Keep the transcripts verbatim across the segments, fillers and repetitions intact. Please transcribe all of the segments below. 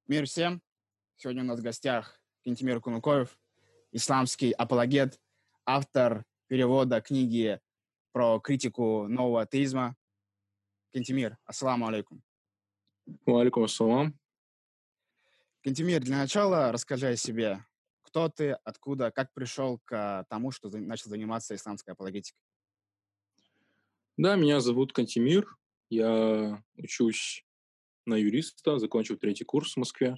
Мир всем! Сегодня у нас в гостях Кентимир Кунукоев, исламский апологет, автор перевода книги про критику нового атеизма. Кентимир, ассаламу алейкум. Валейкум ассалам. Кентимир, для начала расскажи о себе. Кто ты, откуда, как пришел к тому, что за- начал заниматься исламской апологетикой? Да, меня зовут Кантимир. Я учусь на юриста, закончил третий курс в Москве.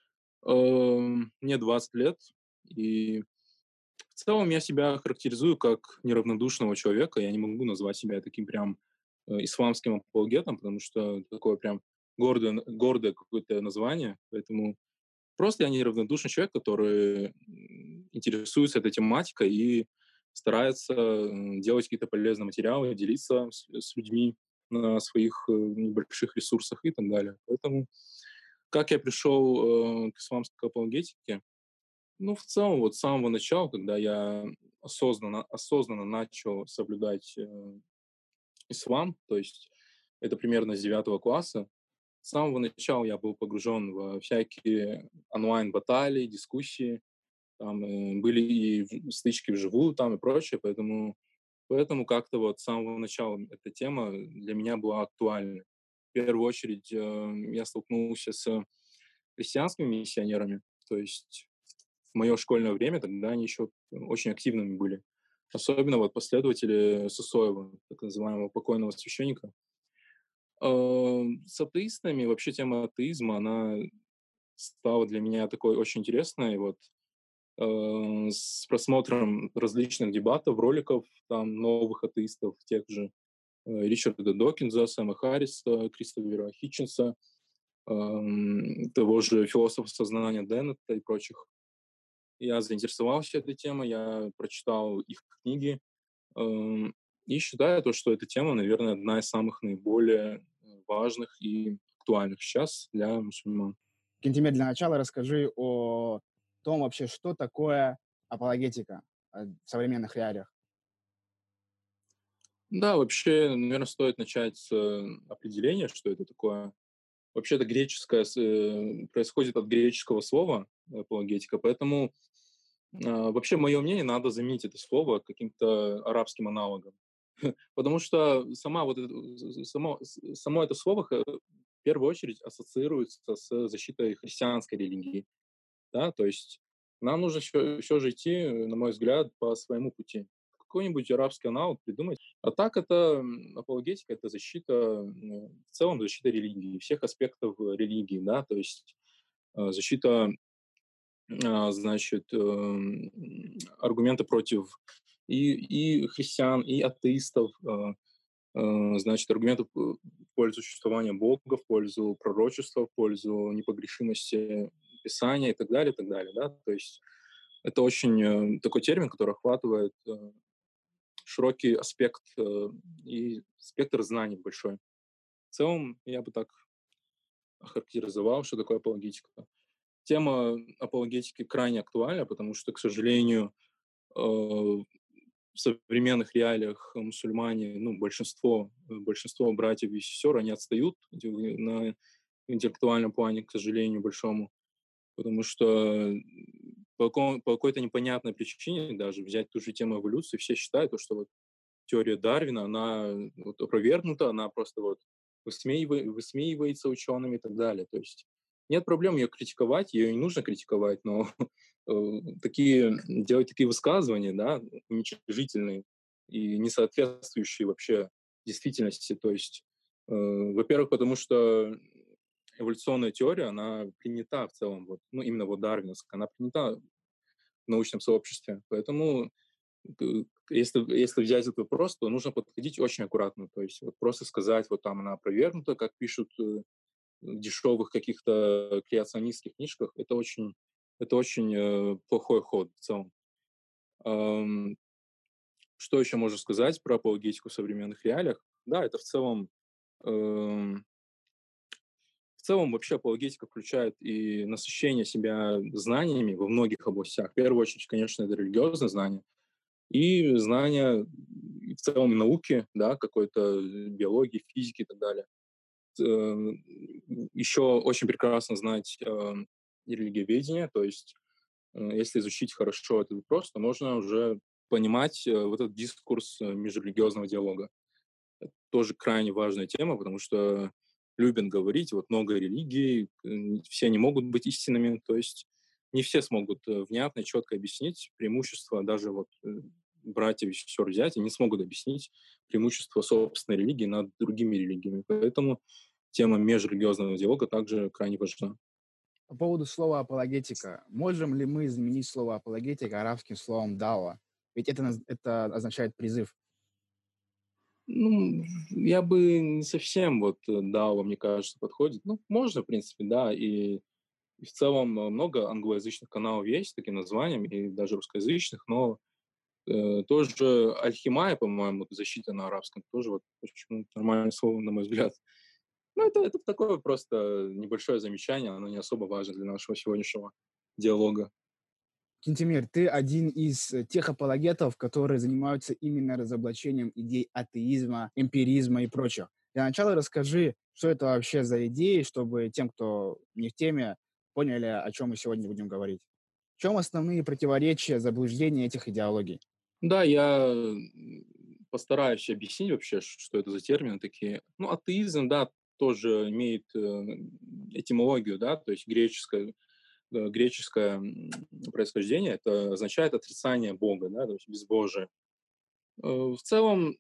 Эм, Мне двадцать лет, и в целом я себя характеризую как неравнодушного человека. Я не могу назвать себя таким прям э, исламским апологетом, потому что такое прям гордое, гордое какое-то название. Поэтому просто я неравнодушный человек, который м, интересуется этой тематикой и старается м, делать какие-то полезные материалы, делиться с, с людьми на своих э, небольших ресурсах и так далее. Поэтому как я пришел э, к исламской апологетике? Ну, в целом, вот с самого начала, когда я осознанно, осознанно начал соблюдать э, ислам, то есть это примерно с девятого класса, с самого начала я был погружен во всякие онлайн-баталии, дискуссии, там э, были и в- стычки вживую там и прочее, поэтому, поэтому как-то вот с самого начала эта тема для меня была актуальна. В первую очередь э, я столкнулся с христианскими миссионерами, то есть в мое школьное время тогда они еще очень активными были. Особенно вот последователи Сысоева, так называемого покойного священника. Э, С атеистами вообще тема атеизма, она стала для меня такой очень интересной. Вот э, с просмотром различных дебатов, роликов там новых атеистов, тех же э, Ричарда Докинза, Сэма Харриса, Кристофера Хитченса, эм, того же философа сознания Деннета и прочих. Я заинтересовался этой темой, я прочитал их книги, эм, и считаю то, что эта тема, наверное, одна из самых наиболее э, важных и актуальных сейчас для мусульман. Кентимир, для начала расскажи о том вообще, что такое апологетика э, в современных реалиях. Да, вообще, наверное, стоит начать с э, определения, что это такое. Вообще, это греческое, с- э, происходит от греческого слова апологетика, поэтому а, вообще, мое мнение, надо заменить это слово каким-то арабским аналогом. Потому что сама вот это, э, само, с- само это слово х- в первую очередь ассоциируется с защитой христианской религии. Да? То есть нам нужно все, все же идти, э, на мой взгляд, по своему пути. Какой-нибудь арабский аналог придумать. А так это м, апологетика, это защита, м, в целом защита религии, всех аспектов э, религии, да, то есть э, защита, а, значит, эм, аргументы против и, и христиан, и атеистов, э, э, значит, аргументы в в пользу существования Бога, в пользу пророчества, в пользу непогрешимости Писания и так далее, и так далее, да, то есть это очень э, такой термин, который охватывает э, широкий аспект э, и спектр знаний большой. В целом, я бы так охарактеризовал, что такое апологетика. Тема апологетики крайне актуальна, потому что, к сожалению, э, в современных реалиях мусульмане, ну, большинство, э, большинство братьев и сестер, они отстают на интеллектуальном плане, к сожалению, большому, потому что по, какому- по какой-то непонятной причине даже взять ту же тему эволюции, все считают, что вот теория Дарвина, она вот опровергнута, она просто вот высмеива- высмеивается учеными и так далее. То есть нет проблем ее критиковать, ее не нужно критиковать, но э, такие, делать такие высказывания, да, уничижительные и не соответствующие вообще действительности. То есть, э, во-первых, потому что эволюционная теория, она принята в целом, вот, ну, именно вот дарвиновская, она принята в научном сообществе. Поэтому Г если если взять этот вопрос, то нужно подходить очень аккуратно. То есть вот просто сказать, вот там она опровергнута, как пишут, э, в дешевых каких-то креационистских книжках, это очень это очень, э, плохой ход в целом. Ам, что еще можно сказать про апологетику в современных реалиях? Да, это в целом, эм, в целом вообще апологетика включает и насыщение себя знаниями во многих областях. В первую очередь, конечно, это религиозные знания. И знания и в целом науки, да, какой-то э, биологии, физики и так далее. В э, еще очень прекрасно знать э, религиоведение, то есть э, если изучить хорошо этот вопрос, то можно уже понимать э, вот этот дискурс э, межрелигиозного диалога. Это тоже крайне важная тема, потому что любят говорить, вот много религий, э, все не могут быть истинными, то есть не все смогут э, внятно и четко объяснить преимущества, даже вот э, братьев и сестер взять, и не смогут объяснить преимущества собственной религии над другими религиями. Поэтому тема межрелигиозного диалога также крайне важна. По поводу слова апологетика. Можем ли мы заменить слово апологетика арабским словом дава? Ведь это, наз- это означает призыв. Ну, я бы не совсем вот э, дао, мне кажется, подходит. Ну, можно, в принципе, да, и И в целом э, много англоязычных каналов есть с таким названием, и даже русскоязычных, но э, тоже альхимая, по-моему, защита на арабском, тоже вот почему нормальное слово, на мой взгляд. Ну, это, это такое вот просто небольшое замечание, оно не особо важно для нашего сегодняшнего диалога. Кентимир, ты один из э, тех апологетов, которые занимаются именно разоблачением идей атеизма, эмпиризма и прочих. Для начала расскажи, что это вообще за идеи, чтобы тем, кто не в теме, поняли, о чем мы сегодня будем говорить. В чем основные противоречия, заблуждения этих идеологий? Да, я м, постараюсь объяснить вообще, ш- что это за термины такие. Ну, атеизм, да, тоже имеет э, этимологию, да, то есть греческое, э, греческое м, происхождение, это означает отрицание Бога, да, то есть безбожие. Э, В целом,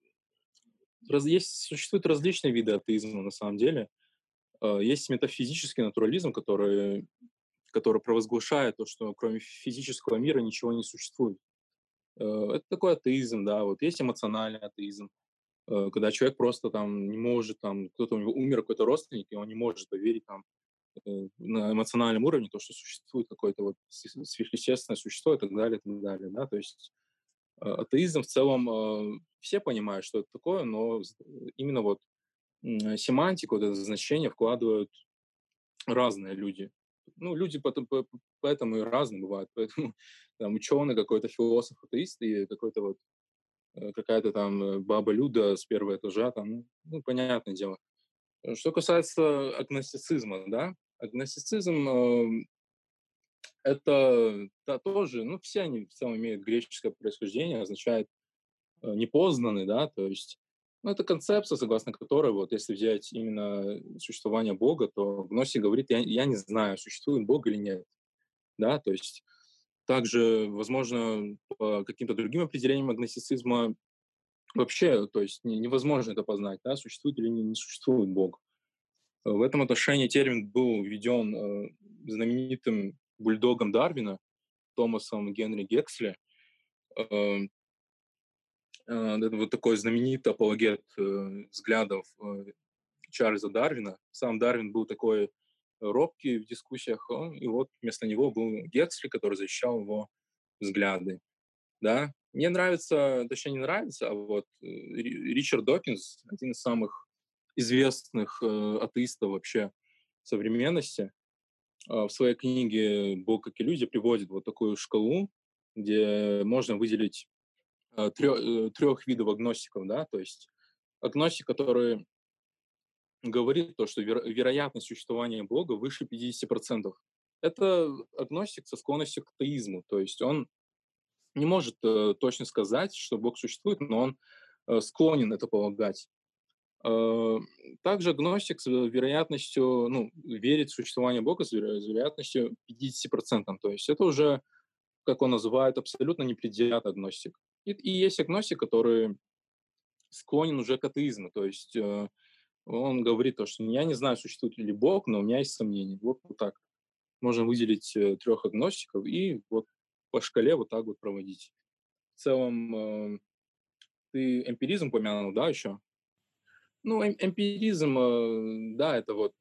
раз, есть, существуют различные виды атеизма на самом деле. Э, Есть метафизический натурализм, который, который провозглашает то, что кроме физического мира ничего не существует. Э, Это такой атеизм, да, вот есть эмоциональный атеизм, э, когда человек просто там не может, там, кто-то у него умер, какой-то родственник, и он не может поверить там э, на эмоциональном уровне, то, что существует какое-то вот с- сверхъестественное существо и так далее, и так далее, да, то есть э, атеизм в целом э, все понимают, что это такое, но з- именно вот м, семантику, вот это значение вкладывают разные люди. Ну, люди потом, по- по- поэтому и разные бывают, поэтому там ученый какой-то, философ, атеист и какой-то вот э, какая-то там э, баба Люда с первого этажа, там, ну, ну, понятное дело. Э, Что касается агностицизма, да, агностицизм э, это да, тоже, ну, все они в целом имеют греческое происхождение, означает э, непознанный, да, то есть, ну, это концепция, согласно которой, вот, если взять именно существование Бога, то гностик говорит, я, я не знаю, существует Бог или нет, да, то есть также, возможно, по каким-то другим определениям агностицизма вообще, то есть не- невозможно это познать, да, существует или не, не существует Бог. Э, В этом отношении термин был введен э, знаменитым бульдогом Дарвина Томасом Генри Гексли. Э, э, это вот такой знаменитый апологет э, взглядов э, Чарльза Дарвина. Сам Дарвин был такой робкий в дискуссиях, он- и вот вместо него был Гексли, который защищал его взгляды. Да. Мне нравится, точнее не нравится, а вот э, Ри- Ричард Докинс, один из самых известных э, атеистов вообще современности, а, в своей книге «Бог как иллюзия» приводит вот такую шкалу, где можно выделить трех видов агностиков, да, то есть агностик, который говорит то, что веро- вероятность существования Бога выше пятьдесят процентов. Это агностик со склонностью к теизму, то есть он не может э, точно сказать, что Бог существует, но он э, склонен это полагать. Э, Также агностик с вероятностью, ну, верит в существование Бога с веро- с вероятностью пятьдесят процентов. То есть это уже, как он называет, абсолютно непредвзятый агностик. И, и есть агностик, который склонен уже к атеизму. То есть э, он говорит то, что я не знаю, существует ли Бог, но у меня есть сомнения. Вот, вот так. Можно выделить э, трех агностиков и вот по шкале вот так вот проводить. В целом, э, ты эмпиризм упомянул, да, еще? Ну, эм- эмпиризм, э, да, это вот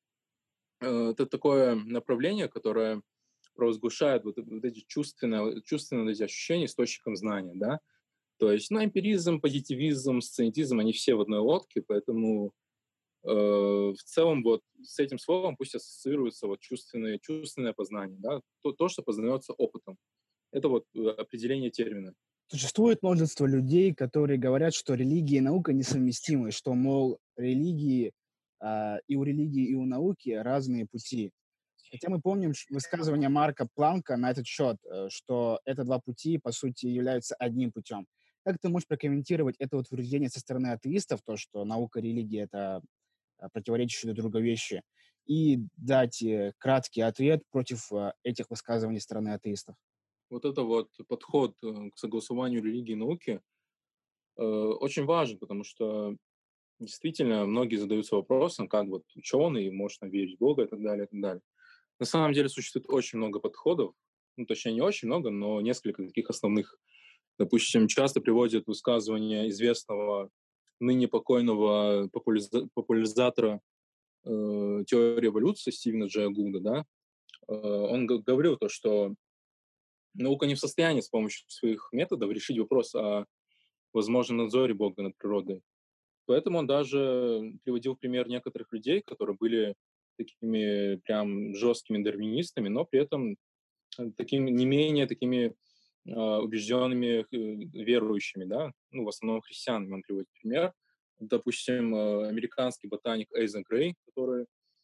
э, это такое направление, которое провозглашает вот, э- вот эти чувственные, чувственные вот эти ощущения источником знания, да. То есть, ну, эмпиризм, позитивизм, сциентизм, они все в одной лодке, поэтому э, в целом вот с этим словом пусть ассоциируется вот чувственное, чувственное познание, да, то, то, что познается опытом. Это вот э, определение термина. Существует множество людей, которые говорят, что религия и наука несовместимы, что, мол, религии а, и у религии, и у науки разные пути. Хотя мы помним ш- высказывание Марка Планка на этот счет, э, что это два пути, по сути, являются одним путем. Как ты можешь прокомментировать это утверждение со стороны атеистов, то, что наука и религия — это а, противоречащие друг другу вещи, и дать э, краткий ответ против э, этих высказываний стороны атеистов? Вот это вот подход э, к согласованию религии и науки э, очень важен, потому что действительно многие задаются вопросом, как вот ученый может верить в Бога и так далее, и так далее. На самом деле существует очень много подходов, ну, точнее, не очень много, но несколько таких основных. Допустим, часто приводят высказывания известного ныне покойного популяриза- популяризатора э, теории эволюции Стивена Джея Гуда, да. Э, он г- говорил то, что наука не в состоянии с помощью своих методов решить вопрос о возможном надзоре Бога над природой. Поэтому он даже приводил в пример некоторых людей, которые были такими прям жесткими дарвинистами, но при этом э, такими, не менее такими а, убежденными э, верующими, да, ну, в основном христианами он приводит пример. Допустим, э, американский ботаник Эйзен Грей, который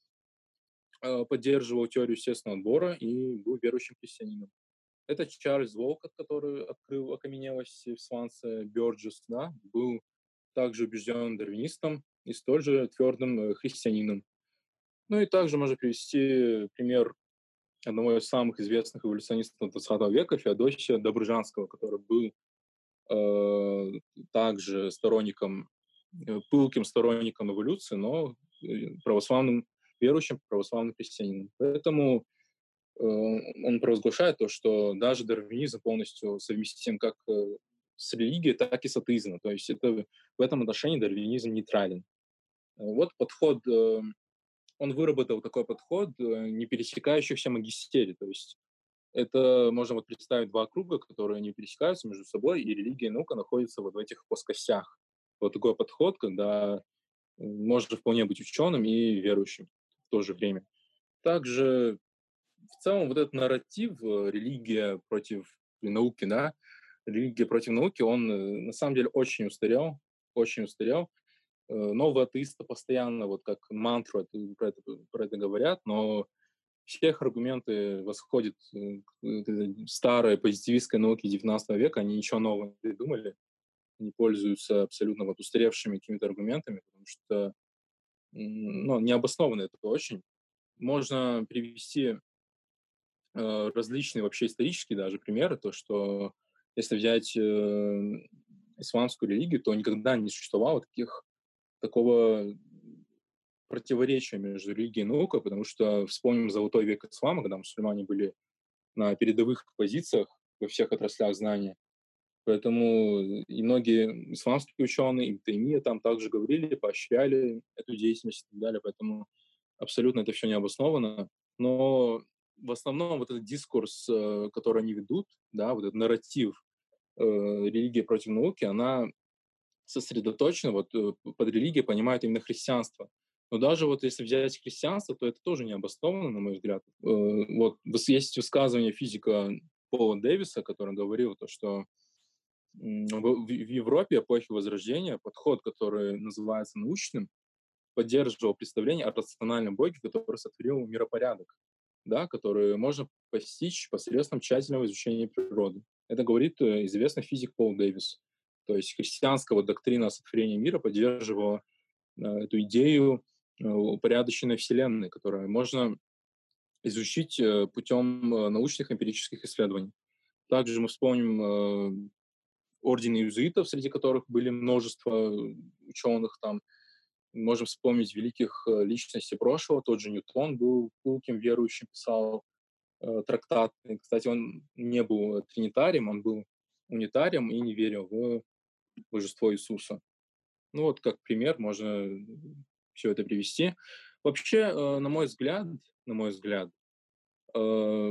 э, поддерживал теорию естественного отбора и был верующим христианином. Это Чарльз Волкот, который открыл окаменелости в Сванце Бёрджес, да, был также убежденным дарвинистом и столь же твердым э, христианином. Ну и также можно привести пример одного из самых известных эволюционистов двадцатого века, Феодосия Добрыжанского, который был э, также сторонником, э, пылким сторонником эволюции, но э, православным верующим, православным христианином. Поэтому э, он провозглашает то, что даже дарвинизм полностью совместим как э, с религией, так и с атеизмом. То есть это, в этом отношении дарвинизм нейтрален. Э, Вот подход, э, он выработал такой подход э, не пересекающихся магистерий. То есть это можно вот представить два круга, которые не пересекаются между собой, и религия и наука находятся вот в этих плоскостях. Вот такой подход, когда можно вполне быть ученым и верующим в то же время. Также в целом вот этот нарратив э, религия против науки, да, религия против науки, он э, на самом деле очень устарел, очень устарел. Э, Новые атеисты постоянно вот как мантру это- про это, про это говорят, но все их аргументы восходят э, к этой старой позитивистской науке девятнадцатого века, они ничего нового не придумали, они пользуются абсолютно вот устаревшими какими-то аргументами, потому что м, ну, необоснованно это очень. Можно привести э, различные вообще исторические даже примеры, то, что если взять э, исламскую религию, то никогда не существовало таких, такого противоречия между религией и наукой, потому что вспомним золотой век ислама, когда мусульмане были на передовых позициях во всех отраслях знания. Поэтому и многие исламские ученые, и Таймия там также говорили, поощряли эту деятельность и так далее. Поэтому абсолютно это все не обосновано. Но в основном вот этот дискурс, э, который они ведут, да, вот этот нарратив э, религии против науки, она сосредоточена, вот э, под религией понимают именно христианство. Но даже вот если взять христианство, то это тоже не обосновано, на мой взгляд. Э, Вот выс- есть высказывание физика Пола Дэвиса, который говорил то, что м, в, в Европе эпохи Возрождения подход, который называется научным, поддерживал представление о рациональном боге, который сотворил миропорядок, да, который можно постичь посредством тщательного изучения природы. Это говорит э, известный физик Пол Дэвис. То есть христианская вот доктрина о сотворении мира поддерживала э, эту идею э, упорядоченной Вселенной, которую можно изучить э, путем э, научных эмпирических исследований. Также мы вспомним э, орден иезуитов, среди которых были множество ученых там. Можем вспомнить великих э, личностей прошлого. Тот же Ньютон был пылким верующим, писал э, трактат. И, кстати, он не был тринитарием, он был унитарием и не верил в божество Иисуса. Ну вот как пример можно все это привести. Вообще, э, на мой взгляд, на мой взгляд, э, э,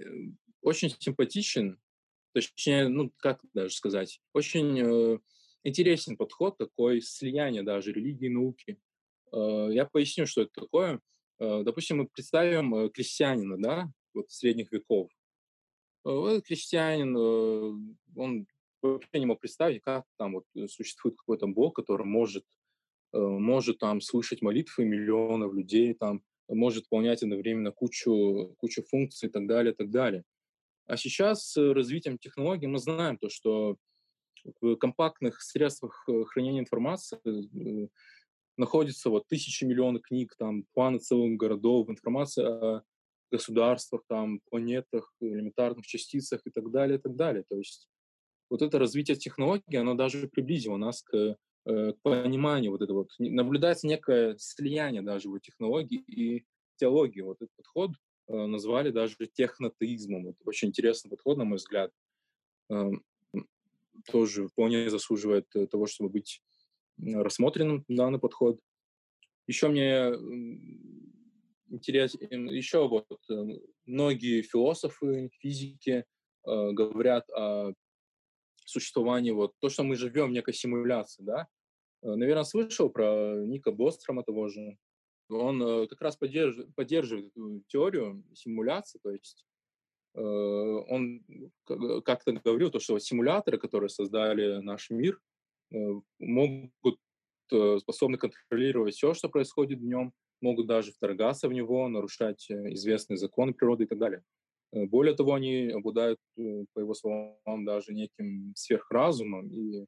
очень симпатичен, точнее, ну как даже сказать, очень э, интересен подход такой слияние даже религии и науки. Э, Я поясню, что это такое. Э, Допустим, мы представим э, крестьянина, да, вот средних веков. Э, Этот крестьянин, э, он вообще не мог представить, как там вот э, существует какой-то бог, который может э, может там слышать молитвы миллионов людей, там, может выполнять одновременно кучу, кучу функций и так далее, и так далее. А сейчас с развитием технологий мы знаем то, что в компактных средствах э, хранения информации э, находится вот тысячи миллионов книг, там, планы целых городов, информация о государствах, там, планетах, элементарных частицах и так далее, и так далее. То есть вот это развитие технологий, оно даже приблизило нас к, э, к пониманию вот этого. Вот. Не- Наблюдается некое слияние даже вот технологий и теологии. Вот этот подход э, назвали даже технотеизмом. Это очень интересный подход, на мой взгляд. Эм, Тоже вполне заслуживает э, того, чтобы быть м, рассмотренным данный подход. Еще мне м, интересен, еще вот э, многие философы, физики э, говорят о существовании, вот то, что мы живем в некой симуляции, да. Э, Наверное, слышал про Ника Бострома того же. Он э, как раз поддерж- поддерживает эту теорию симуляции, то есть э, он к- как-то говорил, то, что вот симуляторы, которые создали наш мир, э, могут э, способны контролировать все, что происходит в нем, могут даже вторгаться в него, нарушать э, известные законы природы и так далее. Э, Более того, они обладают, э, по его словам, даже неким сверхразумом, и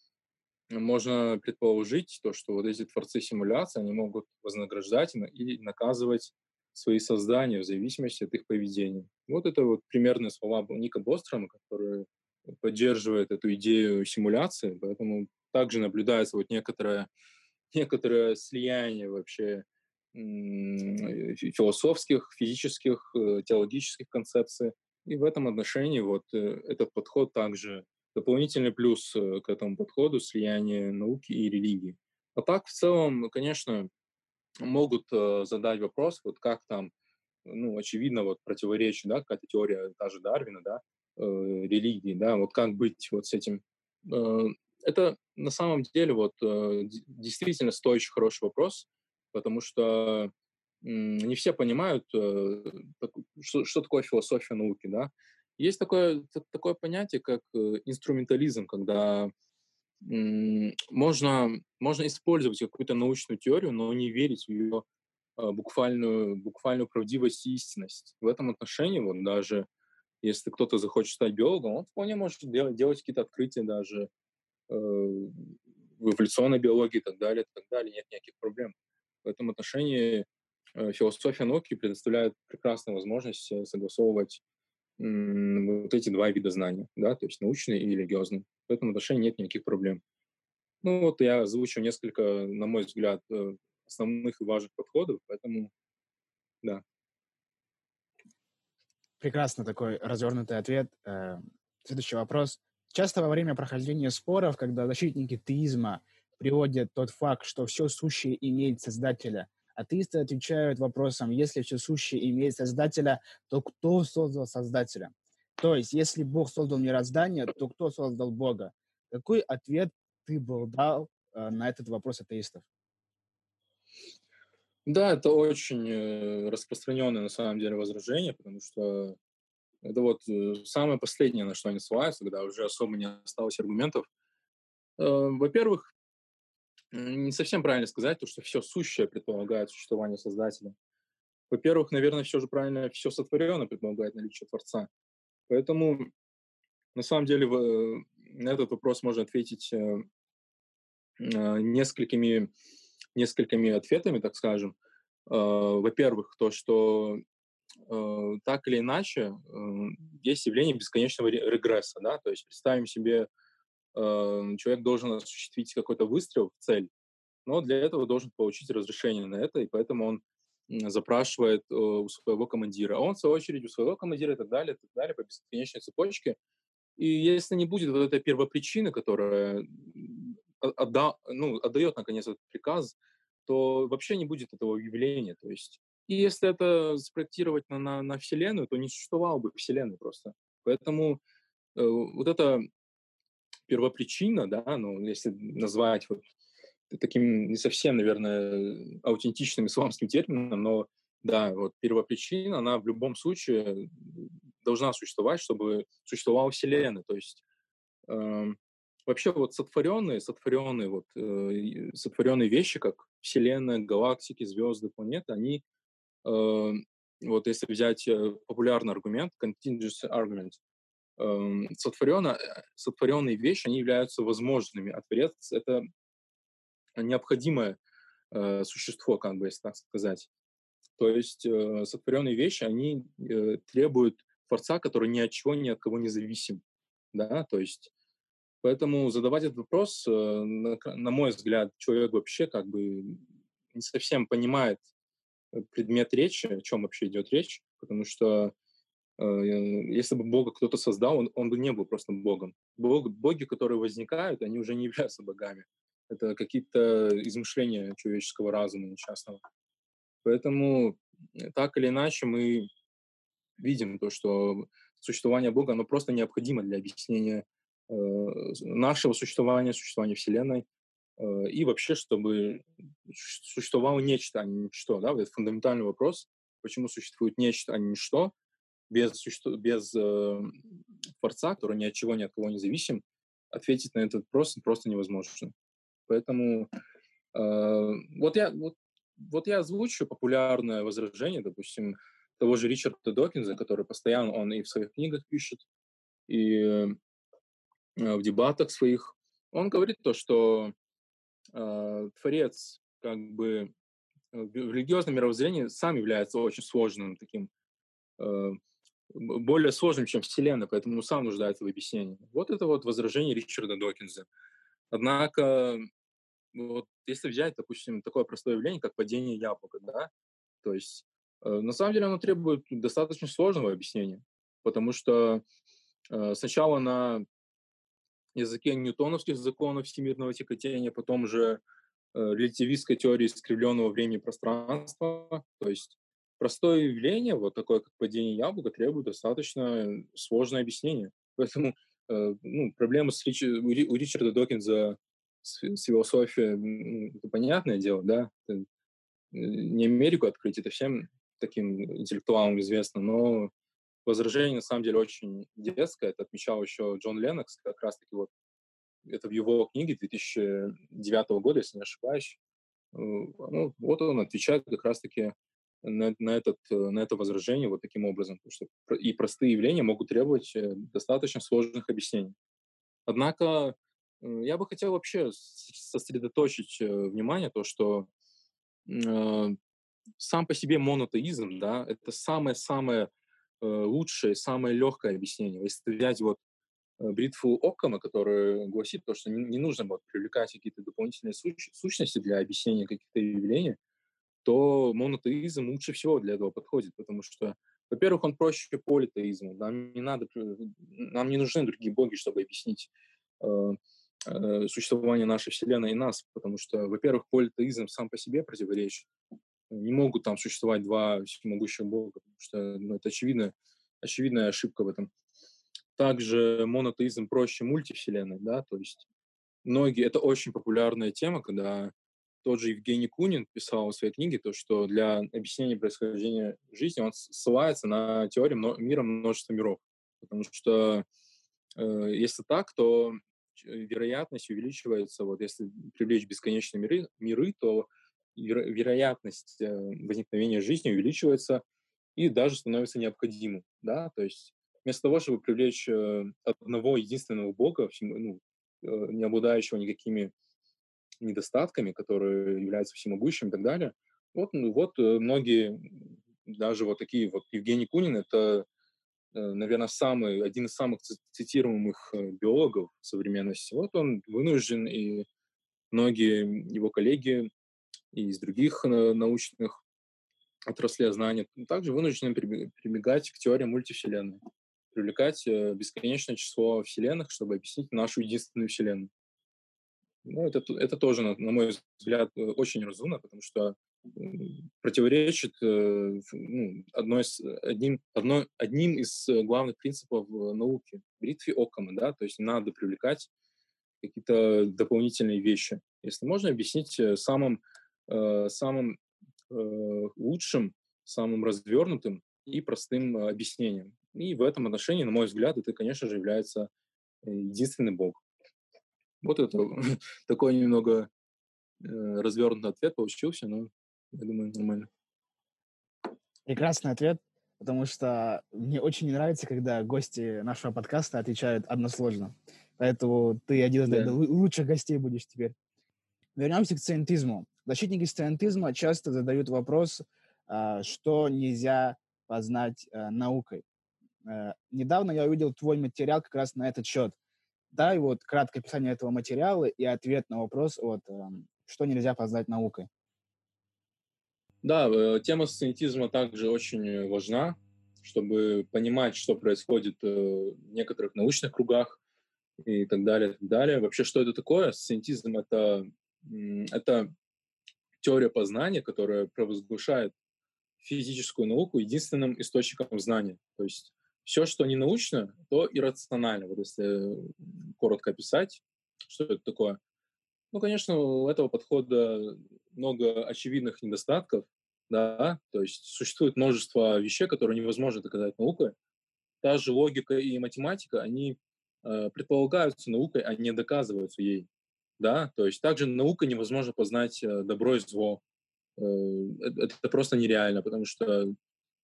можно предположить то, что вот эти творцы симуляции, они могут вознаграждать и на- или наказывать свои создания в зависимости от их поведения. Вот это вот примерные слова Б- Ника Бострома, который поддерживает эту идею симуляции, поэтому также наблюдается вот некоторое, некоторое слияние вообще м, фи- философских, физических, э, теологических концепций. И в этом отношении вот э, этот подход также дополнительный плюс э, к этому подходу слияние науки и религии. А так, в целом, конечно, могут э, задать вопрос, вот как там, ну, очевидно, вот противоречие, да, какая-то теория та же Дарвина, да, э, религии, да, вот как быть вот с этим. Э, это на самом деле вот э, д- действительно стоящий хороший вопрос, потому что м, не все понимают, э, так- что, что такое философия науки, да. Есть такое, т- такое понятие, как э, инструментализм, когда м, можно, можно использовать какую-то научную теорию, но не верить в ее а, буквальную, буквальную правдивость и истинность. В этом отношении, вот даже если кто-то захочет стать биологом, он вполне может делать, делать какие-то открытия даже э, в эволюционной биологии и так далее, и так далее. Нет никаких проблем. В этом отношении э, философия науки предоставляет прекрасную возможность э, согласовывать м, вот эти два вида знаний, да, то есть научный и религиозный. В этом отношении нет никаких проблем. Ну вот я озвучил несколько, на мой взгляд, э, основных и важных подходов, поэтому да. Прекрасно такой развернутый ответ. Э, Следующий вопрос. Часто во время прохождения споров, когда защитники теизма приводят тот факт, что все сущее имеет Создателя, атеисты отвечают вопросом, если все сущее имеет Создателя, то кто создал Создателя? То есть, если Бог создал мироздание, то кто создал Бога? Какой ответ ты бы дал э, на этот вопрос атеистов? Да, это очень э, распространенное на самом деле возражение, потому что это вот э, самое последнее, на что они ссылаются, когда уже особо не осталось аргументов. Э, Во-первых, м, не совсем правильно сказать, то, что все сущее предполагает существование Создателя. Во-первых, наверное, все же правильно, все сотворенное предполагает наличие Творца. Поэтому, на самом деле, в- э, на этот вопрос можно ответить э, э, несколькими, несколькими ответами, так скажем. Э, Во-первых, то, что э, так или иначе э, есть явление бесконечного ре- регресса, да, то есть представим себе, э, человек должен осуществить какой-то выстрел в цель, но для этого должен получить разрешение на это, и поэтому он м, запрашивает э, у своего командира. А он, в свою очередь, у своего командира и так далее, и так далее, по бесконечной цепочке. И если не будет вот этой первопричины, которая м, о- отда, ну, отдает, наконец, этот приказ, то вообще не будет этого явления. То есть, и если это спроектировать на, на, на Вселенную, то не существовало бы Вселенной просто. Поэтому э, вот эта первопричина, да, ну, если назвать вот таким не совсем, наверное, аутентичным исламским термином, но да, вот первопричина, она в любом случае должна существовать, чтобы существовала Вселенная. То есть эм, Вообще вот сотворенные, сотворенные, вот, э, и сотворенные вещи, как Вселенная, галактики, звезды, планеты, они, э, вот если взять э, популярный аргумент, contingency argument, эм, сотворенно, э, сотворенные вещи, они являются возможными, а Творец — это необходимое э, существо, как бы, если так сказать. То есть э, сотворенные вещи, они э, требуют Творца, который ни от чего, ни от кого не зависим. Да, то есть поэтому задавать этот вопрос, э, на, ка- на мой взгляд, человек вообще как бы не совсем понимает э, предмет речи, о чем вообще идет речь, потому что э, если бы Бога кто-то создал, он, он бы не был просто Богом. Бог, боги, которые возникают, они уже не являются богами. Это какие-то измышления человеческого разума несчастного. Поэтому э, так или иначе мы видим то, что существование Бога, оно просто необходимо для объяснения э, нашего существования, существования Вселенной, э, и вообще, чтобы существовало нечто, а не ничто. Да? Вот этот фундаментальный вопрос, почему существует нечто, а не ничто, без, суще- без э, Творца, который ни от чего, ни от кого не зависим, ответить на этот вопрос просто невозможно. Поэтому э, вот я вот, вот я озвучу популярное возражение, допустим, того же Ричарда Докинза, который постоянно, он и в своих книгах пишет, и э, в дебатах своих. Он говорит то, что э, Творец как бы э, в религиозном мировоззрении сам является очень сложным таким, э, более сложным, чем Вселенная, поэтому сам нуждается в объяснении. Вот это вот возражение Ричарда Докинза. Однако, вот если взять, допустим, такое простое явление, как падение яблока, да, то есть э, на самом деле оно требует достаточно сложного объяснения, потому что э, сначала на языке ньютоновских законов всемирного тяготения, потом же э, релятивистской теории искривленного времени и пространства. То есть простое явление, вот такое, как падение яблока, требует достаточно сложное объяснение. Поэтому э, ну, проблема с Рич... у, Ри... у Ричарда Докинза с, с философией, ну, это понятное дело, да, это, э, не Америку открыть, это всем таким интеллектуалам известно, но возражение на самом деле очень детское, это отмечал еще Джон Леннокс, как раз-таки вот это в его книге две тысячи девятого года, если не ошибаюсь. Э, ну, вот он отвечает как раз-таки на, на, этот, э, на это возражение вот таким образом, потому что про- и простые явления могут требовать э, достаточно сложных объяснений. Однако э, я бы хотел вообще с- сосредоточить э, внимание то, что э, сам по себе монотеизм, да, это самое-самое э, лучшее, самое легкое объяснение. Если взять вот э, бритву Оккама, которая гласит то, что не, не нужно вот привлекать какие-то дополнительные суч- сущности для объяснения каких-то явлений, то монотеизм лучше всего для этого подходит, потому что, во-первых, он проще политеизма. Нам не надо, э, нам не нужны другие боги, чтобы объяснить э, э, существование нашей Вселенной и нас, потому что, во-первых, политеизм сам по себе противоречит. Не могут там существовать два всемогущих бога, потому что ну, это очевидная, очевидная ошибка в этом. Также монотеизм проще мультивселенной, да, то есть многие, это очень популярная тема, когда тот же Евгений Кунин писал в своей книге, то, что для объяснения происхождения жизни он ссылается на теорию мно- мира множества миров. Потому что э, если так, то вероятность увеличивается, вот если привлечь бесконечные миры, миры то веро- вероятность э, возникновения жизни увеличивается и даже становится необходимым, да, то есть вместо того, чтобы привлечь э, одного единственного Бога, всему- ну, э, не обладающего никакими недостатками, которые являются всемогущим и так далее. Вот, ну, вот э, многие, даже вот такие вот Евгений Кунин, это, э, наверное, самый, один из самых ци- цитируемых э, биологов современности. Вот он вынужден, и многие его коллеги из других э, научных отраслей знания также вынуждены прибе- прибегать к теории мультивселенной, привлекать э, бесконечное число вселенных, чтобы объяснить нашу единственную вселенную. Ну, это, т- это тоже, на, на мой взгляд, э, очень разумно, потому что м, противоречит э, ф- ну, одной из, одним, одной, одним из э, главных принципов э, науки, бритве Оккама, да, то есть не надо привлекать какие-то дополнительные вещи. Если можно объяснить э, самым, э, самым э, лучшим, самым развернутым и простым э, объяснением. И в этом отношении, на мой взгляд, это, конечно же, является э, единственный Бог. Вот это такой немного э, развернутый ответ получился, но я думаю, нормально. Прекрасный ответ, потому что мне очень не нравится, когда гости нашего подкаста отвечают односложно. Поэтому ты один из Да. наверное, лу- лучших гостей будешь теперь. Вернемся к сциентизму. Защитники сциентизма часто задают вопрос, а, что нельзя познать а, наукой. Э, Недавно я увидел твой материал как раз на этот счет. Дай вот краткое описание этого материала и ответ на вопрос, вот, эм, что нельзя познать наукой. Да, э, тема сциентизма также очень э, важна, чтобы понимать, что происходит э, в некоторых научных кругах и так далее, и так далее. Вообще, что это такое? Сциентизм — это, м, это теория познания, которая провозглашает физическую науку единственным источником знания. То есть все, что не научно, то иррационально. Вот если э, коротко описать, что это такое. Ну, конечно, у этого подхода много очевидных недостатков, да, то есть существует множество вещей, которые невозможно доказать наукой. Та же логика и математика, они э, предполагаются наукой, а не доказываются ей, да, то есть также наука невозможно познать э, добро и зло. Э, это, это просто нереально, потому что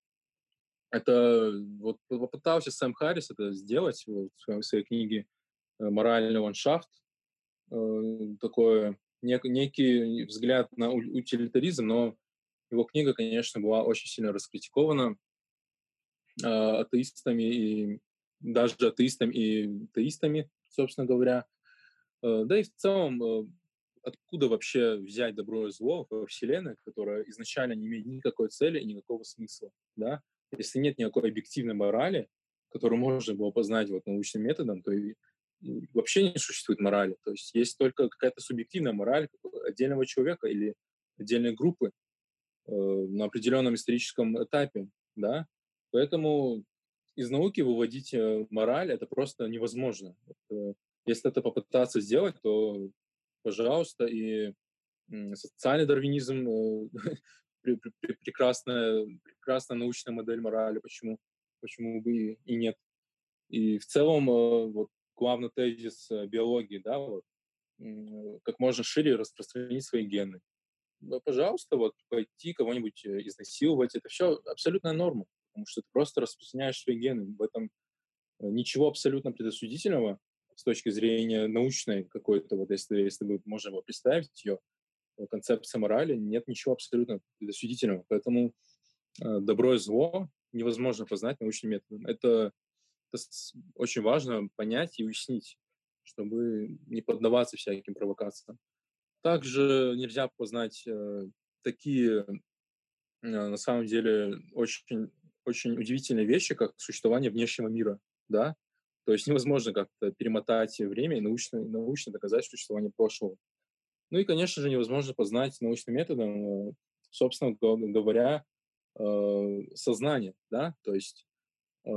это вот попытался Сэм Харрис это сделать вот в своей в своей книге э, «Моральный ландшафт», э, такой нек, некий взгляд на у- утилитаризм, но его книга, конечно, была очень сильно раскритикована э, атеистами и даже атеистами и теистами, собственно говоря. Э, да и в целом, э, откуда вообще взять добро и зло во Вселенной, которая изначально не имеет никакой цели и никакого смысла, да? Если нет никакой объективной морали, которую можно было познать вот научным методом, то и, и вообще не существует морали. То есть есть только какая-то субъективная мораль отдельного человека или отдельной группы э, на определенном историческом этапе, да? Поэтому из науки выводить э, мораль это просто невозможно. Это- если это попытаться сделать, то пожалуйста, и м, социальный дарвинизм э, пре- пре- пре- прекрасная, прекрасная научная модель морали, почему, почему бы и, и нет. И в целом э, вот главный тезис э, биологии, да, вот, м, как можно шире распространить свои гены. Ну, пожалуйста, вот пойти кого-нибудь э, изнасиловать, это все абсолютная норма, потому что ты просто распространяешь свои гены. В этом э, ничего абсолютно предосудительного с точки зрения научной какой-то, вот если, если мы можем его представить, ее концепция морали, нет ничего абсолютно предосудительного. Поэтому э, добро и зло невозможно познать научным методом. Это, это с- очень важно понять и уяснить, чтобы не поддаваться всяким провокациям. Также нельзя познать э, такие, э, на самом деле, очень, очень удивительные вещи, как существование внешнего мира, да? То есть невозможно как-то перемотать время и научно, и научно доказать существование прошлого. Ну и, конечно же, невозможно познать научным методом, э, собственно го- говоря, э, сознание, да? То есть, э,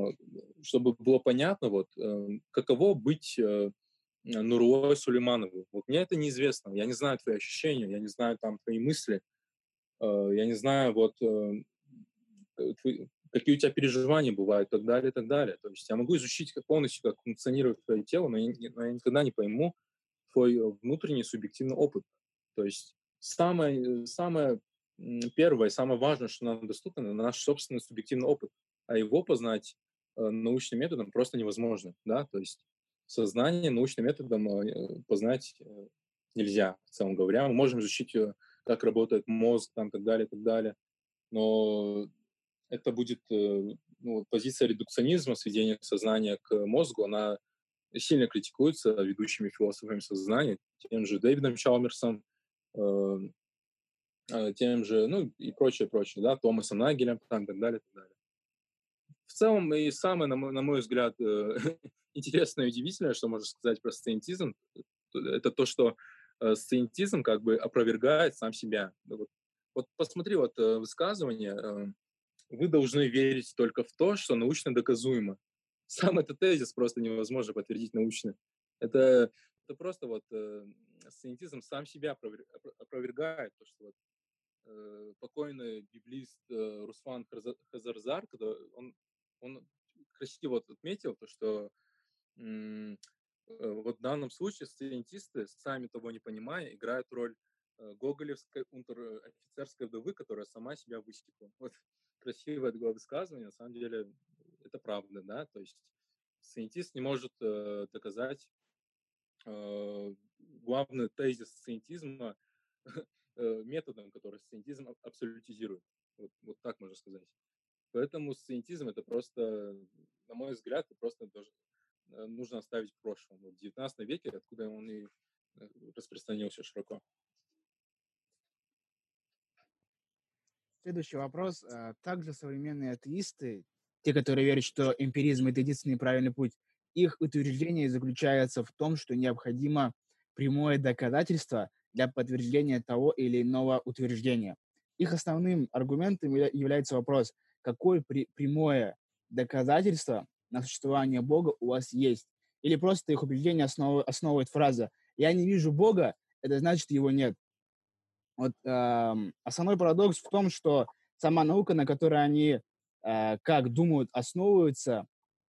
чтобы было понятно, вот, э, каково быть э, Нурлой Сулейманову. Вот мне это неизвестно. Я не знаю твои ощущения, я не знаю там твои мысли, э, я не знаю вот э, э, твои- какие у тебя переживания бывают, и так далее, и так далее. То есть я могу изучить как полностью, как функционирует твое тело, но я, не- но я никогда не пойму твой э, внутренний субъективный опыт. То есть самое, э, самое м, первое, самое важное, что нам доступно, наш собственный субъективный опыт. А его познать э, научным методом просто невозможно. Да? То есть сознание научным методом э, познать э, нельзя, в целом говоря. Мы можем изучить, э, как работает мозг, там, так далее, так далее. Но это будет э, ну, вот позиция редукционизма, сведения сознания к мозгу, она сильно критикуется ведущими философами сознания, тем же Дэвидом Чалмерсом, э, э, тем же, ну и прочее, прочее, да, Томасом Нагелем, там, так далее, так далее. В целом, и самое, на мой, на мой взгляд, э, интересное и удивительное, что можно сказать про сциентизм, это то, что э, сциентизм как бы опровергает сам себя. Ну Вот, вот посмотри, вот э, высказывание, э, вы должны верить только в то, что научно доказуемо. Сам этот тезис просто невозможно подтвердить научно. Это, это просто вот э, сциентизм сам себя опровер- опро- опровергает, то, что вот, э, покойный библист э, Руслан Хаза- Хазарзар, когда он, он красиво вот отметил то, что м, э, вот в данном случае сциентисты, сами того не понимая, играют роль э, гоголевской унтер-офицерской вдовы, которая сама себя высекла. Вот красивое такое высказывание, на самом деле это правда, да, то есть сциентист не может э, доказать э, главный тезис сциентизма э, методом, который сциентизм аб- абсолютизирует. Вот, вот так можно сказать. Поэтому сциентизм это просто, на мой взгляд, это просто даже, э, нужно оставить в прошлом. Вот в девятнадцатом веке, откуда он и э, распространился широко. Следующий вопрос. А, Также современные атеисты, те, которые верят, что эмпиризм — это единственный правильный путь, их утверждение заключается в том, что необходимо прямое доказательство для подтверждения того или иного утверждения. Их основным аргументом явля- является вопрос, какое при- прямое доказательство на существование Бога у вас есть? Или просто их убеждение основ- основывает фраза «я не вижу Бога, это значит, его нет». Вот, ам, основной парадокс в том, что сама наука, на которой они, э, как думают, основываются,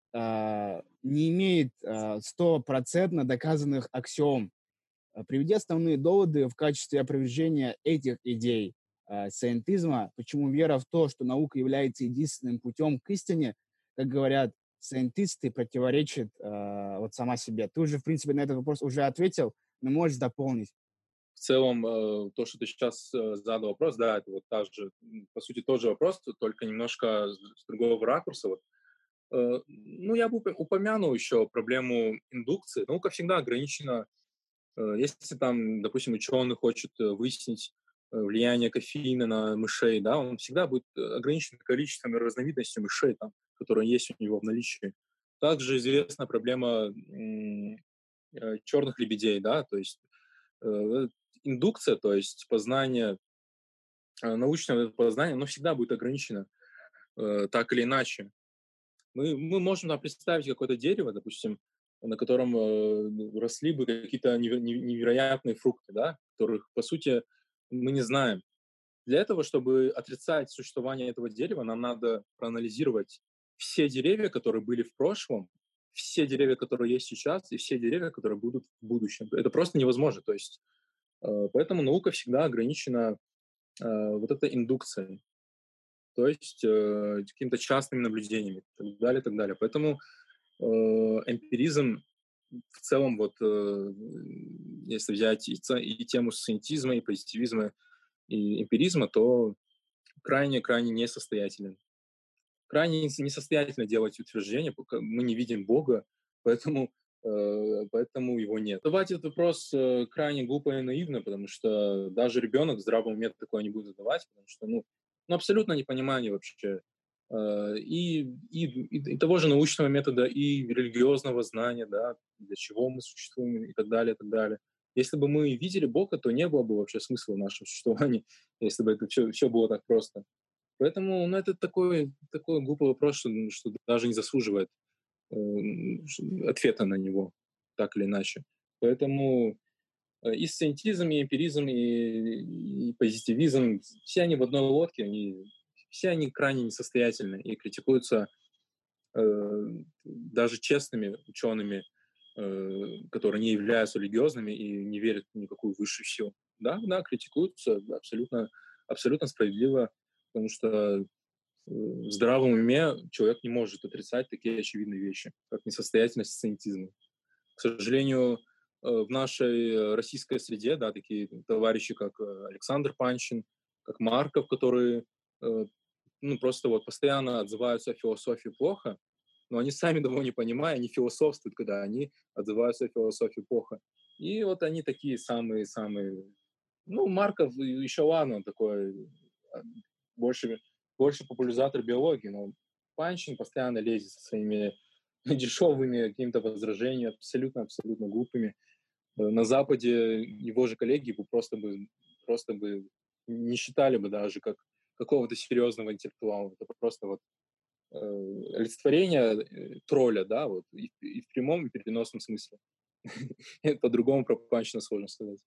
а, не имеет, а, стопроцентно доказанных аксиом. А, Приведи основные доводы в качестве опровержения этих идей а, сcientism, почему вера в то, что наука является единственным путем к истине, как говорят сcientisты, противоречит а, вот сама себе. Ты уже, в принципе, на этот вопрос уже ответил, но можешь дополнить. В целом, э, то, что ты сейчас э, задал вопрос, да, это вот та же, м, по сути, тот же вопрос, т- только немножко с с другого ракурса. Вот. Э, Ну, я бы упо- упомянул еще проблему индукции. Наука всегда ограничена. Э, Если там, допустим, ученый хочет э, выяснить э, влияние кофеина на мышей, да, он всегда будет э, ограничен количеством и разновидностью мышей, там, которые есть у него в наличии. Также известна проблема м, э, черных лебедей, да, то есть э, индукция, то есть познание, э, научное познание, оно всегда будет ограничено э, так или иначе. Мы, мы можем да, представить какое-то дерево, допустим, на котором э, росли бы какие-то неверо- не- невероятные фрукты, да, которых, по сути, мы не знаем. Для этого, чтобы отрицать существование этого дерева, нам надо проанализировать все деревья, которые были в прошлом, все деревья, которые есть сейчас, и все деревья, которые будут в будущем. Это просто невозможно. То есть, э, поэтому наука всегда ограничена э, вот этой индукцией, то есть э, какими-то частными наблюдениями и так далее, и так далее. Поэтому э, эмпиризм в целом, вот, э, если взять и, ц- и тему сcientism, и позитивизма, и эмпиризма, то крайне-крайне несостоятелен. Крайне нес- несостоятельно делать утверждение, пока мы не видим Бога, поэтому, э, поэтому его нет. Задавать этот вопрос э, крайне глупо и наивно, потому что даже ребенок в здравом уме такое не будет задавать, потому что, ну, ну абсолютно непонимание вообще э, и, и, и, и того же научного метода, и религиозного знания, да, для чего мы существуем и так далее, и так далее. Если бы мы видели Бога, то не было бы вообще смысла в нашем существовании, если бы это все, все было так просто. Поэтому, ну, это такой, такой глупый вопрос, что, ну, что даже не заслуживает э, ш- ответа на него, так или иначе. Поэтому э, и сциентизм, и эмпиризм, и, и позитивизм, все они в одной лодке, они, все они крайне несостоятельны и критикуются э, даже честными учеными, э, которые не являются религиозными и не верят в никакую высшую силу. Да, да, критикуются абсолютно, абсолютно справедливо, потому что в здравом уме человек не может отрицать такие очевидные вещи, как несостоятельность сциентизма. К сожалению, э, в нашей э, российской среде, да, такие товарищи, как э, Александр Панчин, как Марков, которые э, ну, просто вот постоянно отзываются о философии плохо, но они сами того не понимая, они философствуют, когда они отзываются о философии плохо. И вот они такие самые-самые... Ну, Марков еще ладно, он такой а, больше, больше популяризатор биологии, но Панчин постоянно лезет со своими дешевыми какими-то возражениями, абсолютно-абсолютно глупыми. Э, На Западе его же коллеги бы просто бы, просто бы не считали бы даже как какого-то серьезного интеллектуала. Это просто вот э, олицетворение э, тролля, да, вот, и, и в прямом, и в переносном смысле. По-другому про Панчина сложно сказать.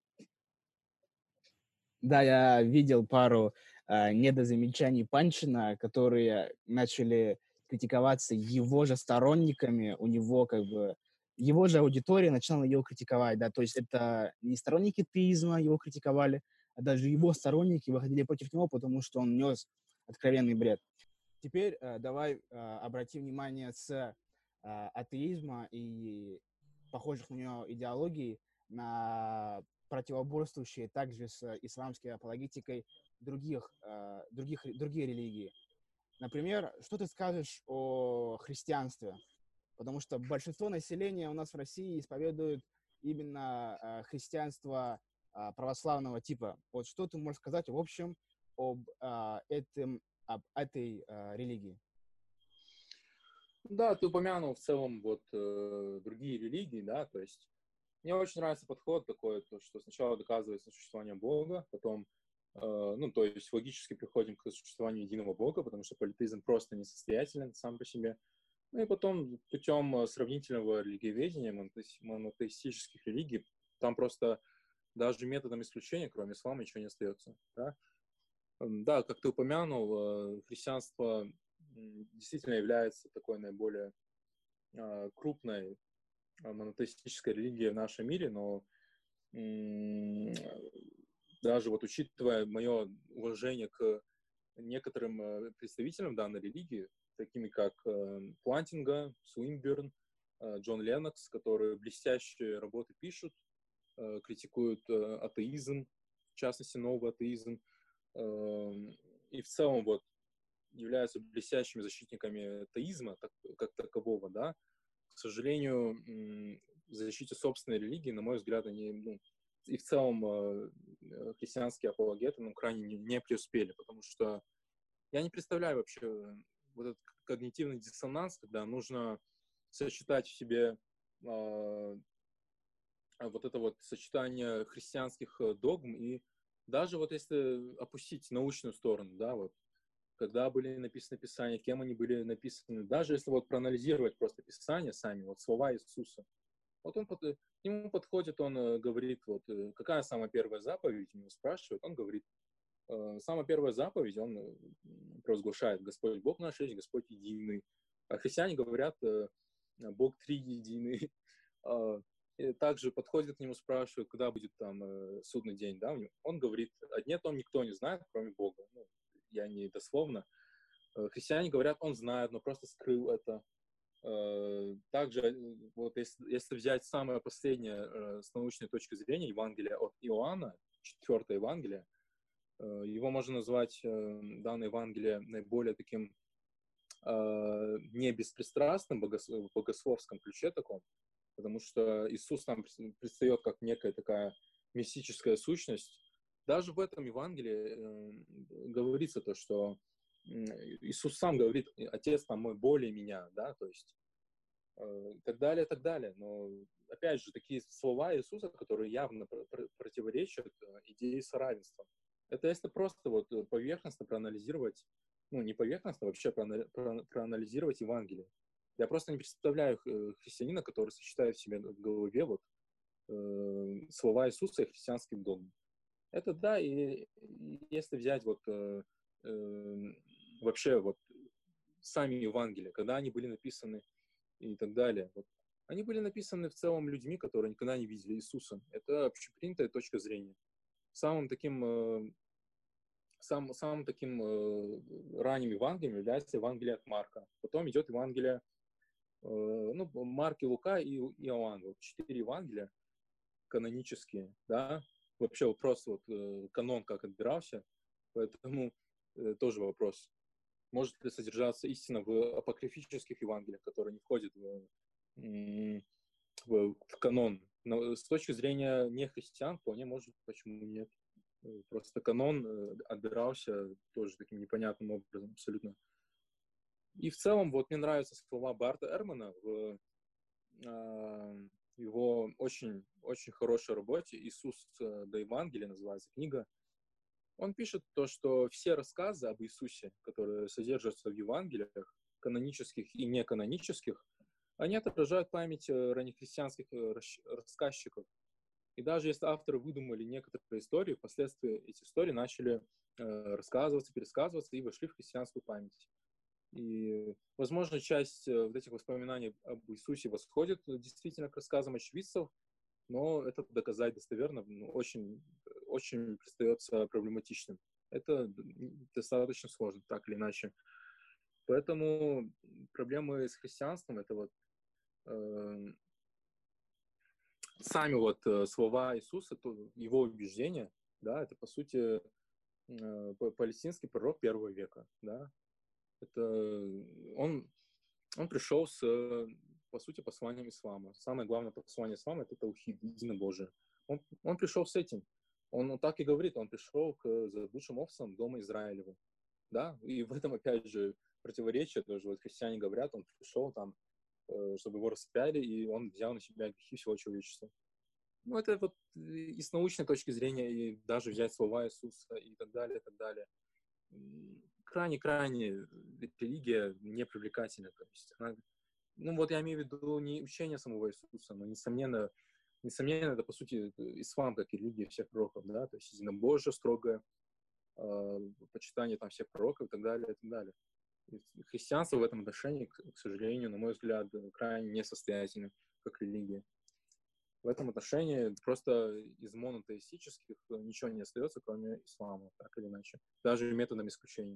Да, я видел пару а, недозамечаний Панчина, которые начали критиковаться его же сторонниками. У него как бы его же аудитория начала его критиковать, да, то есть это не сторонники теизма его критиковали, а даже его сторонники выходили против него, потому что он нес откровенный бред. Теперь э, давай э, обратим внимание с э, атеизма и похожих на него идеологий на противоборствующие также с исламской апологетикой других, э, других, другие религии. Например, что ты скажешь о христианстве? Потому что большинство населения у нас в России исповедует именно э, христианство э, православного типа. Вот что ты можешь сказать в общем об, э, этом, об этой э, религии? Да, ты упомянул в целом вот э, другие религии, да, то есть мне очень нравится подход такой, то, что сначала доказывается существование Бога, потом, э, ну, то есть логически приходим к существованию единого Бога, потому что политеизм просто несостоятелен сам по себе. Ну и потом путем э, сравнительного религиоведения, монотеи- монотеистических религий, там просто даже методом исключения, кроме ислама, ничего не остается. Да, М, да, как ты упомянул, э, христианство м, действительно является такой наиболее э, крупной э, монотеистической религией в нашем мире, но м, даже вот учитывая мое уважение к некоторым э, представителям данной религии, такими как э, Плантинга, Суинберн, э, Джон Леннокс, которые блестящие работы пишут, э, критикуют э, атеизм, в частности, новый атеизм, э, и в целом вот являются блестящими защитниками атеизма так, как такового, да, к сожалению, в защите собственной религии, на мой взгляд, они, ну, и в целом э, христианские апологеты, ну, крайне не, не преуспели, потому что я не представляю вообще э, вот этот когнитивный диссонанс, когда нужно сочетать в себе э, вот это вот сочетание христианских э, догм и даже вот если опустить научную сторону, да, вот когда были написаны Писания, кем они были написаны, даже если вот проанализировать просто Писания сами, вот слова Иисуса, вот он под, к нему подходит, он э, говорит, вот, э, какая самая первая заповедь, его спрашивают, он говорит, э, самая первая заповедь, он э, провозглашает, Господь Бог наш есть, Господь единый. А христиане говорят, э, Бог триединый. А, и также подходит к нему, спрашивают, когда будет там э, судный день, да, у него. Он говорит, о дне том никто не знает, кроме Бога. Ну, я не дословно. Э, Христиане говорят, он знает, но просто скрыл это. Э, Также, э, вот если, если взять самое последнее э, с научной точки зрения, Евангелие от Иоанна, четвертое Евангелие, э, его можно назвать, э, данное Евангелие, наиболее таким э, не беспристрастным богос- в богословском ключе таком, потому что Иисус там пред- предстает как некая такая мистическая сущность. Даже в этом Евангелии э, говорится то, что м, Иисус сам говорит, Отец там мой более меня, да, то есть э, и так далее, и так далее. Но, опять же, такие слова Иисуса, которые явно пр- пр- противоречат э, идее соравенства. Это если просто вот э, поверхностно проанализировать, ну, не поверхностно, вообще проана- про- проанализировать Евангелие. Я просто не представляю э, христианина, который сочетает в себе в голове вот э, слова Иисуса и христианский догм. Это да, и, и если взять вот э, э, вообще вот сами Евангелия, когда они были написаны и так далее. Вот. Они были написаны в целом людьми, которые никогда не видели Иисуса. Это общепринятая точка зрения. Самым таким, э, сам, самым таким э, ранним Евангелием является Евангелие от Марка. Потом идет Евангелие, э, ну, Марк и Лука и Иоанн. Вот четыре Евангелия канонические, да. Вообще вопрос, вот э, канон как отбирался, поэтому э, тоже вопрос. Может ли содержаться истина в апокрифических Евангелиях, которые не входят в в, в канон. Но с точки зрения нехристиан, вполне может, почему нет. Просто канон э, отбирался тоже таким непонятным образом абсолютно. И в целом, вот мне нравятся слова Барта Эрмана в э, его очень, очень хорошей работе «Иисус до Евангелия» называется книга. Он пишет то, что все рассказы об Иисусе, которые содержатся в Евангелиях, канонических и неканонических, они отражают память э, раннехристианских э, рассказчиков. И даже если авторы выдумали некоторые истории, впоследствии эти истории начали э, рассказываться, пересказываться и вошли в христианскую память. И, возможно, часть э, вот этих воспоминаний об Иисусе восходит э, действительно к рассказам очевидцев, но это доказать достоверно ну, очень, очень остается проблематичным. Это д- достаточно сложно, так или иначе. Поэтому проблемы с христианством — это вот э, сами вот э, слова Иисуса, то, его убеждения, да, это, по сути, э, па- палестинский пророк первого века, да. Это он, он пришел с, э, по сути, посланием ислама. Самое главное послание ислама — это таухид, единобожие. Он, он пришел с этим. Он, он так и говорит, он пришел к заблудшим овцам дома Израилева. Да, и в этом, опять же, противоречие тоже. Вот христиане говорят, он пришел там, э, чтобы его распяли, и он взял на себя грехи всего человечества. Ну, это вот и с научной точки зрения, и даже взять слова Иисуса, и так далее, и так далее. Крайне-крайне религия непривлекательна. То есть она, ну, вот я имею в виду не учение самого Иисуса, но, несомненно, несомненно, это, по сути, ислам, как и религия всех пророков, да, то есть единобожие строгое, э, почитание там всех пророков и так далее, и так далее. И христианство в этом отношении, к, к сожалению, на мой взгляд, крайне несостоятельно, как религия. В этом отношении просто из монотеистических ничего не остается, кроме ислама, так или иначе. Даже методом исключения.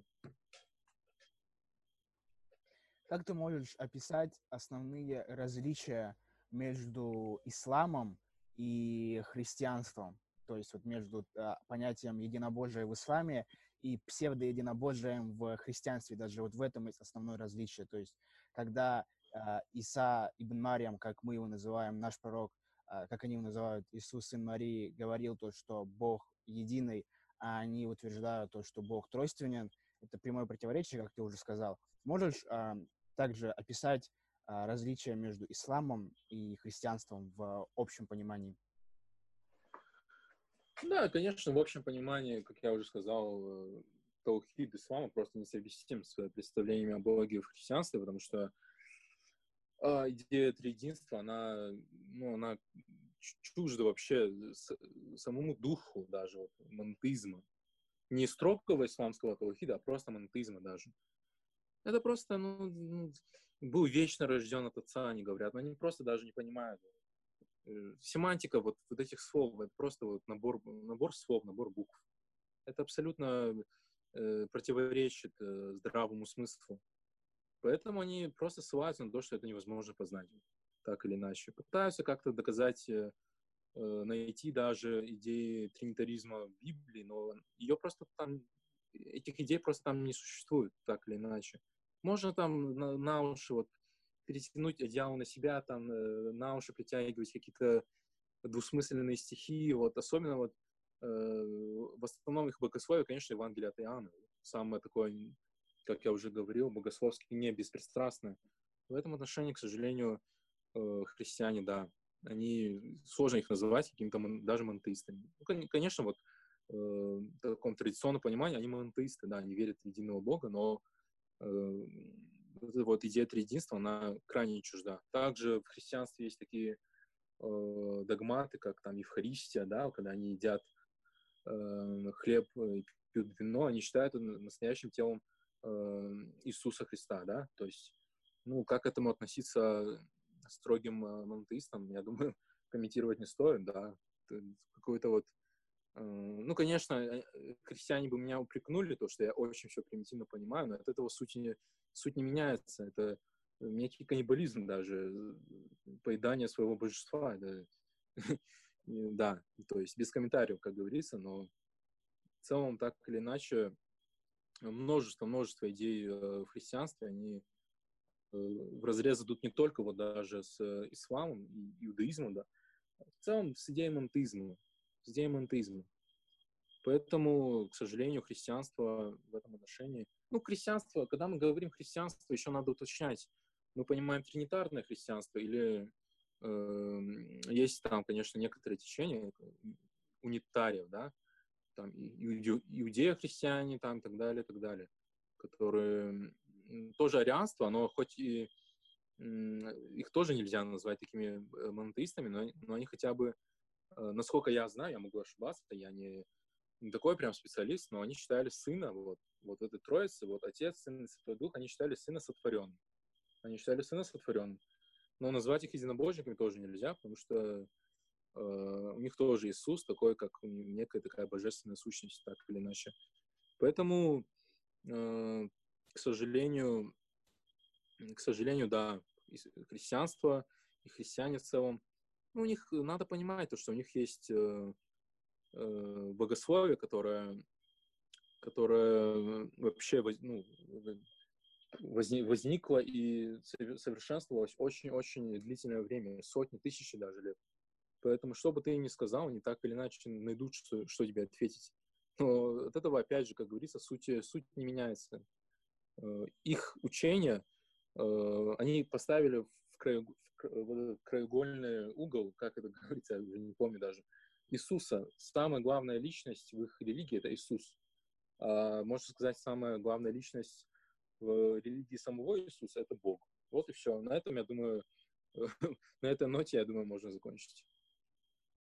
Как ты можешь описать основные различия между исламом и христианством? То есть вот между а, понятием единобожия в исламе и псевдоединобожием в христианстве. Даже вот в этом есть основное различие. То есть когда а, Иса ибн Марьям, как мы его называем, наш пророк, а, как они его называют, Иисус, сын Марии, говорил то, что Бог единый, а они утверждают то, что Бог тройственен. Это прямое противоречие, как ты уже сказал. Можешь а, также описать а, различия между исламом и христианством в общем понимании? Да, конечно, в общем понимании, как я уже сказал, э, таухид ислама просто несовместим с представлениями о Боге в христианстве, потому что а, идея триединства, она, ну, она чужда вообще с, самому духу даже вот, монотеизма. Не строгого исламского таухида, а просто монотеизма даже. Это просто, ну, ну, был вечно рожден от отца, они говорят, но они просто даже не понимают. Э, Семантика вот, вот этих слов, это просто вот набор, набор слов, набор букв. Это абсолютно э, противоречит э, здравому смыслу. Поэтому они просто ссылаются на то, что это невозможно познать, так или иначе. Пытаются как-то доказать, э, найти даже идеи тринитаризма в Библии, но ее просто там, этих идей просто там не существует, так или иначе. Можно там на, на уши вот перетянуть одеяло на себя, там э, на уши притягивать какие-то двусмысленные стихи, вот особенно вот э, в основном их богословие, конечно, Евангелие от Иоанна. Самое такое, как я уже говорил, богословски не беспристрастное. В этом отношении, к сожалению, э, христиане, да, они, сложно их называть какими-то мон, даже монотеистами. Ну, конечно, вот э, в таком традиционном понимании они монотеисты, да, они верят в единого Бога, но э, вот эта вот идея триединства, она крайне чужда. Также в христианстве есть такие э, догматы, как там Евхаристия, да, когда они едят э, хлеб и пьют вино, они считают это настоящим телом э, Иисуса Христа, да, то есть, ну, как к этому относиться строгим э, монотеистам, я думаю, комментировать не стоит, да, какой-то вот э, ну, конечно, э, христиане бы меня упрекнули, то, что я очень все примитивно понимаю, но от этого суть не, суть не меняется. Это некий каннибализм даже, поедание своего божества. Это, да, то есть без комментариев, как говорится, но в целом так или иначе множество-множество идей э, в христианстве, они э, вразрез идут не только вот даже с э, исламом и иудаизмом, да, а в целом с идеей монотеизма, с идеей монотеизма. Поэтому, к сожалению, христианство в этом отношении... Ну, христианство, когда мы говорим христианство, еще надо уточнять, мы понимаем тринитарное христианство или э, есть там, конечно, некоторые течения унитариев, да, там иуде, иудео-христиане, там, и так далее, и так далее, которые тоже арианство, но хоть и их тоже нельзя назвать такими монотеистами, но, но они хотя бы, насколько я знаю, я могу ошибаться, я не не такой прям специалист, но они считали сына, вот, вот этой троицы, вот отец, сын и святой дух, они считали сына сотворенным. Они считали сына сотворенным. Но назвать их единобожниками тоже нельзя, потому что э, у них тоже Иисус такой, как некая такая божественная сущность, так или иначе. Поэтому, э, к сожалению, к сожалению, да, христианство и христиане в целом, ну, у них надо понимать то, что у них есть э, э, богословие, которое, которое вообще воз, ну, возни, возникло и совершенствовалось очень-очень длительное время, сотни, тысячи даже лет. Поэтому, что бы ты ни сказал, они так или иначе найдут, что, что тебе ответить. Но от этого, опять же, как говорится, суть, суть не меняется. Их учение, они поставили в, краю, в краеугольный угол, как это говорится, я уже не помню даже, Иисуса. Самая главная личность в их религии — это Иисус. А, можно сказать, самая главная личность в религии самого Иисуса — это Бог. Вот и все. На этом, я думаю, на этой ноте, я думаю, можно закончить.